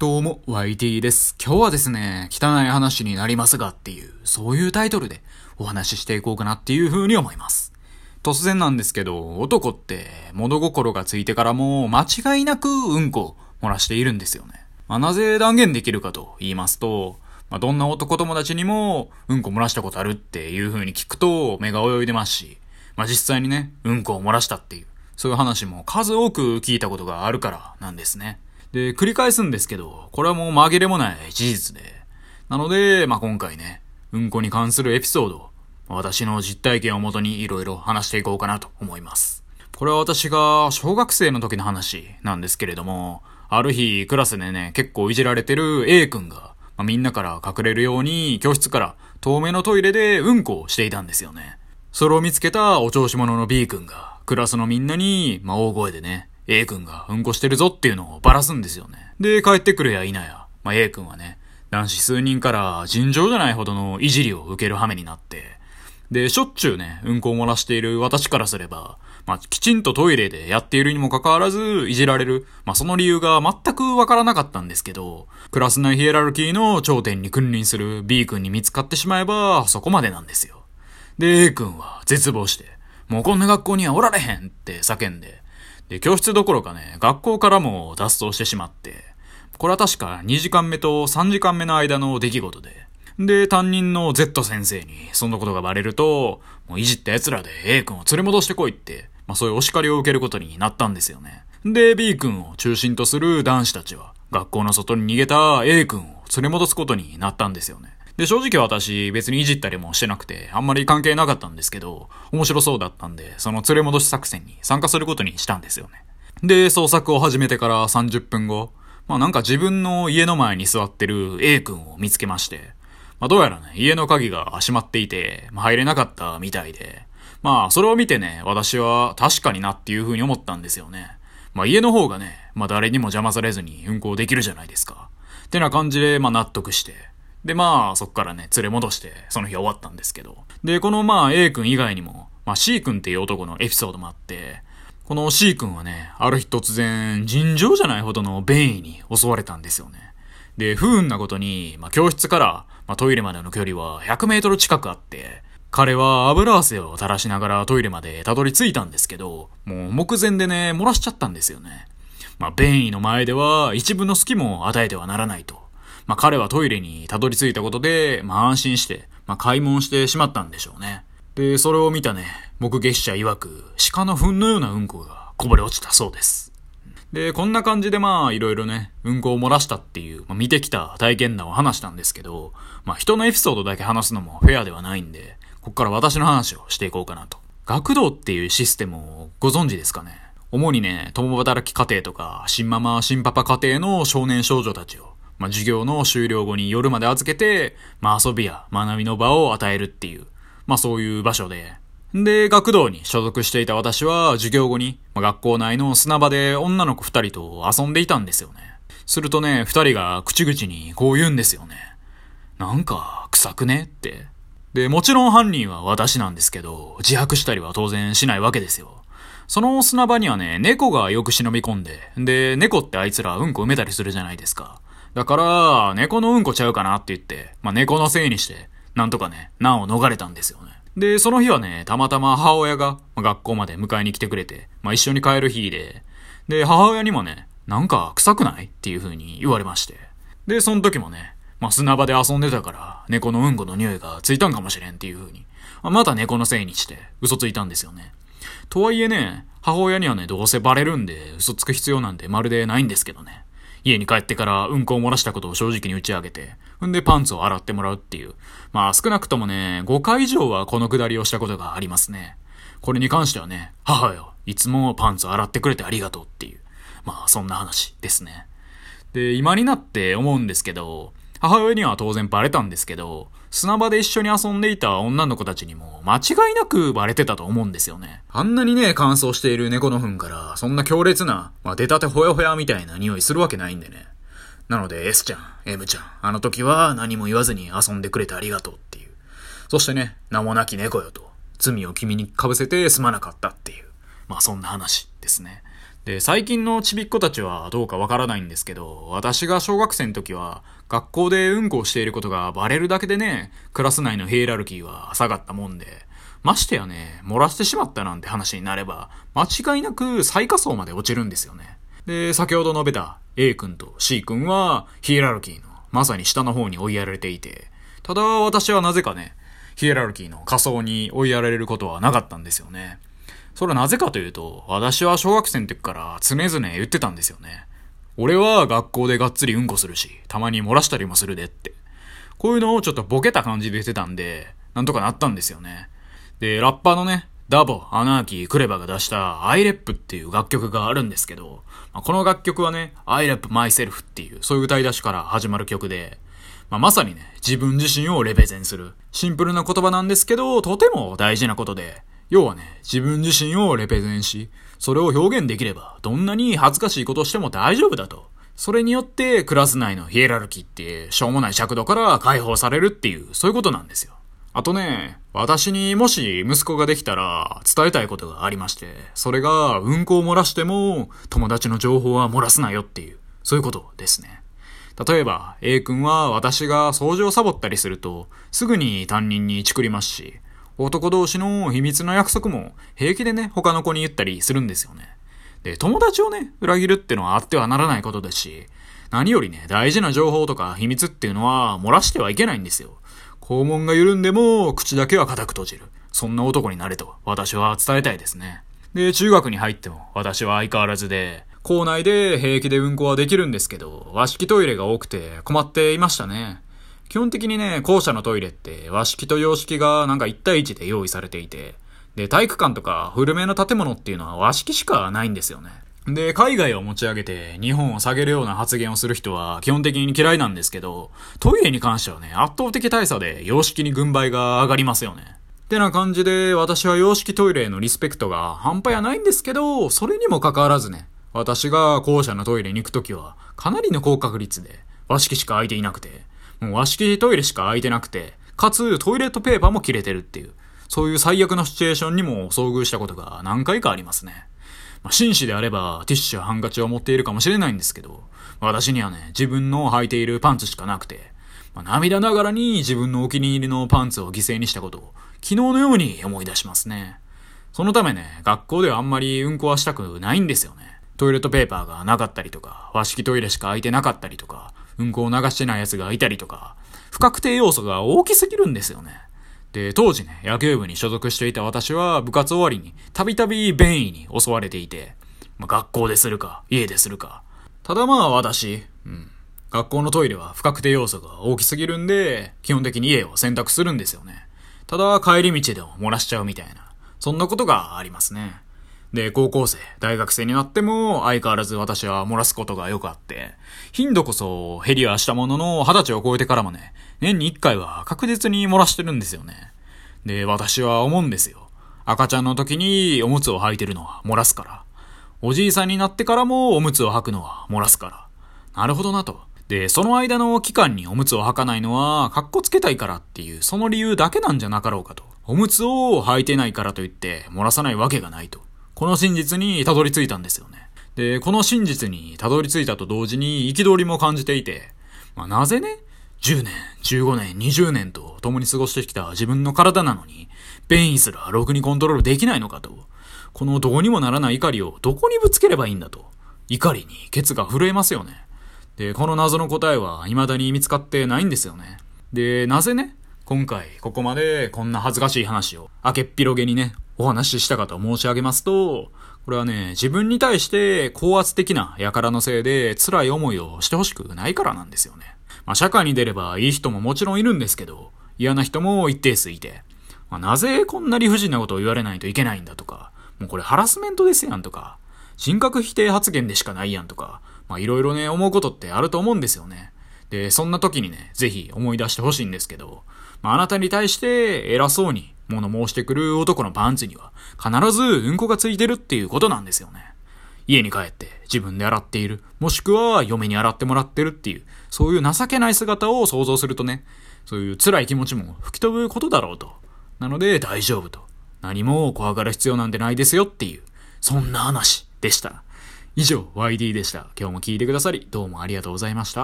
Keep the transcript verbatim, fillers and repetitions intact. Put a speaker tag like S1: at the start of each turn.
S1: どうも、ワイティー です。今日はですね、汚い話になりますがっていう、そういうタイトルでお話ししていこうかなっていう風に思います。突然なんですけど、男って物心がついてからも間違いなくうんこを漏らしているんですよね。まあ、なぜ断言できるかと言いますと、まあ、どんな男友達にもうんこ漏らしたことあるっていう風に聞くと目が泳いでますし、まあ、実際にね、うんこを漏らしたっていう、そういう話も数多く聞いたことがあるからなんですね。で、繰り返すんですけど、これはもう紛れもない事実で。なので、まあ、今回ね、うんこに関するエピソードを、私の実体験をもとにいろいろ話していこうかなと思います。これは私が小学生の時の話なんですけれども、ある日クラスでね、結構いじられてる A 君が、まあ、みんなから隠れるように教室から遠目のトイレでうんこをしていたんですよね。それを見つけたお調子者の B 君が、クラスのみんなに、まあ、大声でね、A 君がうんこしてるぞっていうのをばらすんですよね。で、帰ってくるや否や、まあ、A 君はね、男子数人から尋常じゃないほどのいじりを受ける羽目になって、で、しょっちゅうね、うんこを漏らしている私からすれば、まあ、きちんとトイレでやっているにもかかわらず、いじられる。まあ、その理由が全くわからなかったんですけど、クラス内ヒエラルキーの頂点に君臨する B 君に見つかってしまえば、そこまでなんですよ。で、A 君は絶望して、もうこんな学校にはおられへんって叫んで、で、教室どころかね、学校からも脱走してしまって、これは確かにじかんめとさんじかんめの間の出来事で、で、担任の Z 先生にそんなことがバレると、もういじった奴らで A 君を連れ戻してこいって、まあそういうお叱りを受けることになったんですよね。で、B 君を中心とする男子たちは、学校の外に逃げた A 君を連れ戻すことになったんですよね。で、正直私別にいじったりもしてなくて、あんまり関係なかったんですけど、面白そうだったんで、その連れ戻し作戦に参加することにしたんですよね。で、捜索を始めてからさんじゅっぷんご、まあなんか自分の家の前に座ってる A 君を見つけまして、まあどうやらね、家の鍵が閉まっていて、まあ入れなかったみたいで、まあそれを見てね、私は確かになっていう風に思ったんですよね。まあ家の方がね、まあ誰にも邪魔されずに運行できるじゃないですか。ってな感じで、まあ納得して、で、まあ、そっからね、連れ戻して、その日は終わったんですけど。で、このまあ、A 君以外にも、まあ、C 君っていう男のエピソードもあって、この C 君はね、ある日突然、尋常じゃないほどの便意に襲われたんですよね。で、不運なことに、まあ、教室から、まあ、トイレまでの距離はひゃくメートル近くあって、彼は油汗を垂らしながらトイレまでたどり着いたんですけど、もう目前でね、漏らしちゃったんですよね。まあ、便意の前では、一分の隙も与えてはならないと。まあ彼はトイレにたどり着いたことで、まあ安心して、まあ開門してしまったんでしょうね。で、それを見たね、目撃者曰く、鹿の糞のようなうんこがこぼれ落ちたそうです。で、こんな感じでまあいろいろね、うんこを漏らしたっていう、まあ、見てきた体験談を話したんですけど、まあ人のエピソードだけ話すのもフェアではないんで、こっから私の話をしていこうかなと。学童っていうシステムをご存知ですかね。主にね、共働き家庭とか、新ママ、新パパ家庭の少年少女たちを、まあ、授業の終了後に夜まで預けて、まあ、遊びや学びの場を与えるっていう、まあ、そういう場所で。で、学童に所属していた私は、授業後に、まあ、学校内の砂場で女の子二人と遊んでいたんですよね。するとね、二人が口々にこう言うんですよね。なんか、臭くねって。で、もちろん犯人は私なんですけど、自白したりは当然しないわけですよ。その砂場にはね、猫がよく忍び込んで、で、猫ってあいつらうんこ埋めたりするじゃないですか。だから、猫のうんこちゃうかなって言って、まあ、猫のせいにして、なんとかね、難を逃れたんですよね。で、その日はね、たまたま母親が、まあ、学校まで迎えに来てくれて、まあ、一緒に帰る日で、で、母親にもね、なんか臭くないっていう風に言われまして。で、その時もね、まあ、砂場で遊んでたから、猫のうんこの匂いがついたんかもしれんっていう風に、まあ、また猫のせいにして、嘘ついたんですよね。とはいえね、母親にはね、どうせバレるんで、嘘つく必要なんてまるでないんですけどね。家に帰ってからうんこを漏らしたことを正直に打ち明けて、んでパンツを洗ってもらうっていう。まあ少なくともね、ごかい以上はこのくだりをしたことがありますね。これに関してはね、母よ、いつもパンツを洗ってくれてありがとうっていう。まあそんな話ですね。で、今になって思うんですけど、母親には当然バレたんですけど、砂場で一緒に遊んでいた女の子たちにも間違いなくバレてたと思うんですよね。あんなにね、乾燥している猫の糞から、そんな強烈な、まあ、出たてほやほやみたいな匂いするわけないんでね。なので S ちゃん、M ちゃん、あの時は何も言わずに遊んでくれてありがとうっていう。そしてね、名もなき猫よと、罪を君に被せてすまなかったっていう。まあそんな話ですね。 で、最近のちびっ子たちはどうかわからないんですけど、私が小学生の時は、学校でうんこをしていることがバレるだけでね、クラス内のヒエラルキーは下がったもんで、ましてやね、漏らしてしまったなんて話になれば、間違いなく最下層まで落ちるんですよね。で、先ほど述べた A 君と C 君は、ヒエラルキーのまさに下の方に追いやられていて、ただ私はなぜかね、ヒエラルキーの下層に追いやられることはなかったんですよね。それはなぜかというと、私は小学生の時から常々言ってたんですよね。俺は学校でがっつりうんこするし、たまに漏らしたりもするでって。こういうのをちょっとボケた感じで言ってたんで、なんとかなったんですよね。で、ラッパーのね、ダボ、アナーキー、クレバが出したアイレップっていう楽曲があるんですけど、まあ、この楽曲はね、I rap myself っていう、そういう歌い出しから始まる曲で、まあ、まさにね、自分自身をレペゼンする。シンプルな言葉なんですけど、とても大事なことで、要はね、自分自身をレペゼンし、それを表現できれば、どんなに恥ずかしいことをしても大丈夫だと。それによって、クラス内のヒエラルキーって、しょうもない尺度から解放されるっていう、そういうことなんですよ。あとね、私にもし息子ができたら、伝えたいことがありまして、それが、うんこを漏らしても、友達の情報は漏らすなよっていう、そういうことですね。例えば、A 君は私が掃除をサボったりすると、すぐに担任にチクりますし、男同士の秘密の約束も平気でね、他の子に言ったりするんですよね。で、友達をね、裏切るってのはあってはならないことですし、何よりね、大事な情報とか秘密っていうのは漏らしてはいけないんですよ。肛門が緩んでも口だけは固く閉じる。そんな男になれと私は伝えたいですね。で、中学に入っても私は相変わらずで、校内で平気でうんこはできるんですけど、和式トイレが多くて困っていましたね。基本的にね、校舎のトイレって和式と洋式がなんかいち対いちで用意されていて、で、体育館とか古めの建物っていうのは和式しかないんですよね。で、海外を持ち上げて日本を下げるような発言をする人は基本的に嫌いなんですけど、トイレに関してはね、圧倒的大差で洋式に軍配が上がりますよね。ってな感じで私は洋式トイレへのリスペクトが半端やないんですけど、それにもかかわらずね、私が校舎のトイレに行くときはかなりの高確率で和式しか空いていなくて、もう和式トイレしか空いてなくて、かつトイレットペーパーも切れてるっていう、そういう最悪のシチュエーションにも遭遇したことが何回かありますね。まあ、紳士であればティッシュやハンカチを持っているかもしれないんですけど、私にはね、自分の履いているパンツしかなくて、まあ、涙ながらに自分のお気に入りのパンツを犠牲にしたことを昨日のように思い出しますね。そのためね、学校ではあんまりうんこはしたくないんですよね。トイレットペーパーがなかったりとか、和式トイレしか空いてなかったりとか、うんこを流してない奴がいたりとか、不確定要素が大きすぎるんですよね。で、当時ね、野球部に所属していた私は部活終わりにたびたび便意に襲われていて、まあ、学校でするか、家でするか。ただまあ私、うん、学校のトイレは不確定要素が大きすぎるんで、基本的に家を選択するんですよね。ただ帰り道でも漏らしちゃうみたいな、そんなことがありますね。で、高校生、大学生になっても相変わらず私は漏らすことがよくあって、頻度こそ減りはしたものの二十歳を超えてからもね、年に一回は確実に漏らしてるんですよね。で、私は思うんですよ。赤ちゃんの時におむつを履いてるのは漏らすから。おじいさんになってからもおむつを履くのは漏らすから。なるほどなと。で、その間の期間におむつを履かないのは、かっこつけたいからっていう、その理由だけなんじゃなかろうかと。おむつを履いてないからといって、漏らさないわけがないと。この真実にたどり着いたんですよね。で、この真実にたどり着いたと同時に憤りも感じていて、まあ、なぜね、じゅうねん、じゅうごねん、にじゅうねんと共に過ごしてきた自分の体なのに、便意すらろくにコントロールできないのかと。このどうにもならない怒りをどこにぶつければいいんだと。怒りにケツが震えますよね。で、この謎の答えは未だに見つかってないんですよね。で、なぜね、今回ここまでこんな恥ずかしい話を明けっぴろげにね、お話ししたかと申し上げますと、これはね、自分に対して高圧的な輩のせいで辛い思いをしてほしくないからなんですよね。まあ社会に出ればいい人ももちろんいるんですけど、嫌な人も一定数いて、まあ、なぜこんな理不尽なことを言われないといけないんだとか、もうこれハラスメントですやんとか、人格否定発言でしかないやんとか、まあいろいろね、思うことってあると思うんですよね。で、そんな時にね、ぜひ思い出してほしいんですけど、まああなたに対して偉そうに物申してくる男のパンツには必ずうんこがついてるっていうことなんですよね。家に帰って自分で洗っている、もしくは嫁に洗ってもらってるっていう、そういう情けない姿を想像するとね、そういう辛い気持ちも吹き飛ぶことだろうと。なので大丈夫と。何も怖がる必要なんてないですよっていう、そんな話でした。 以上、ワイディー でした。今日も聞いてくださり、どうもありがとうございました。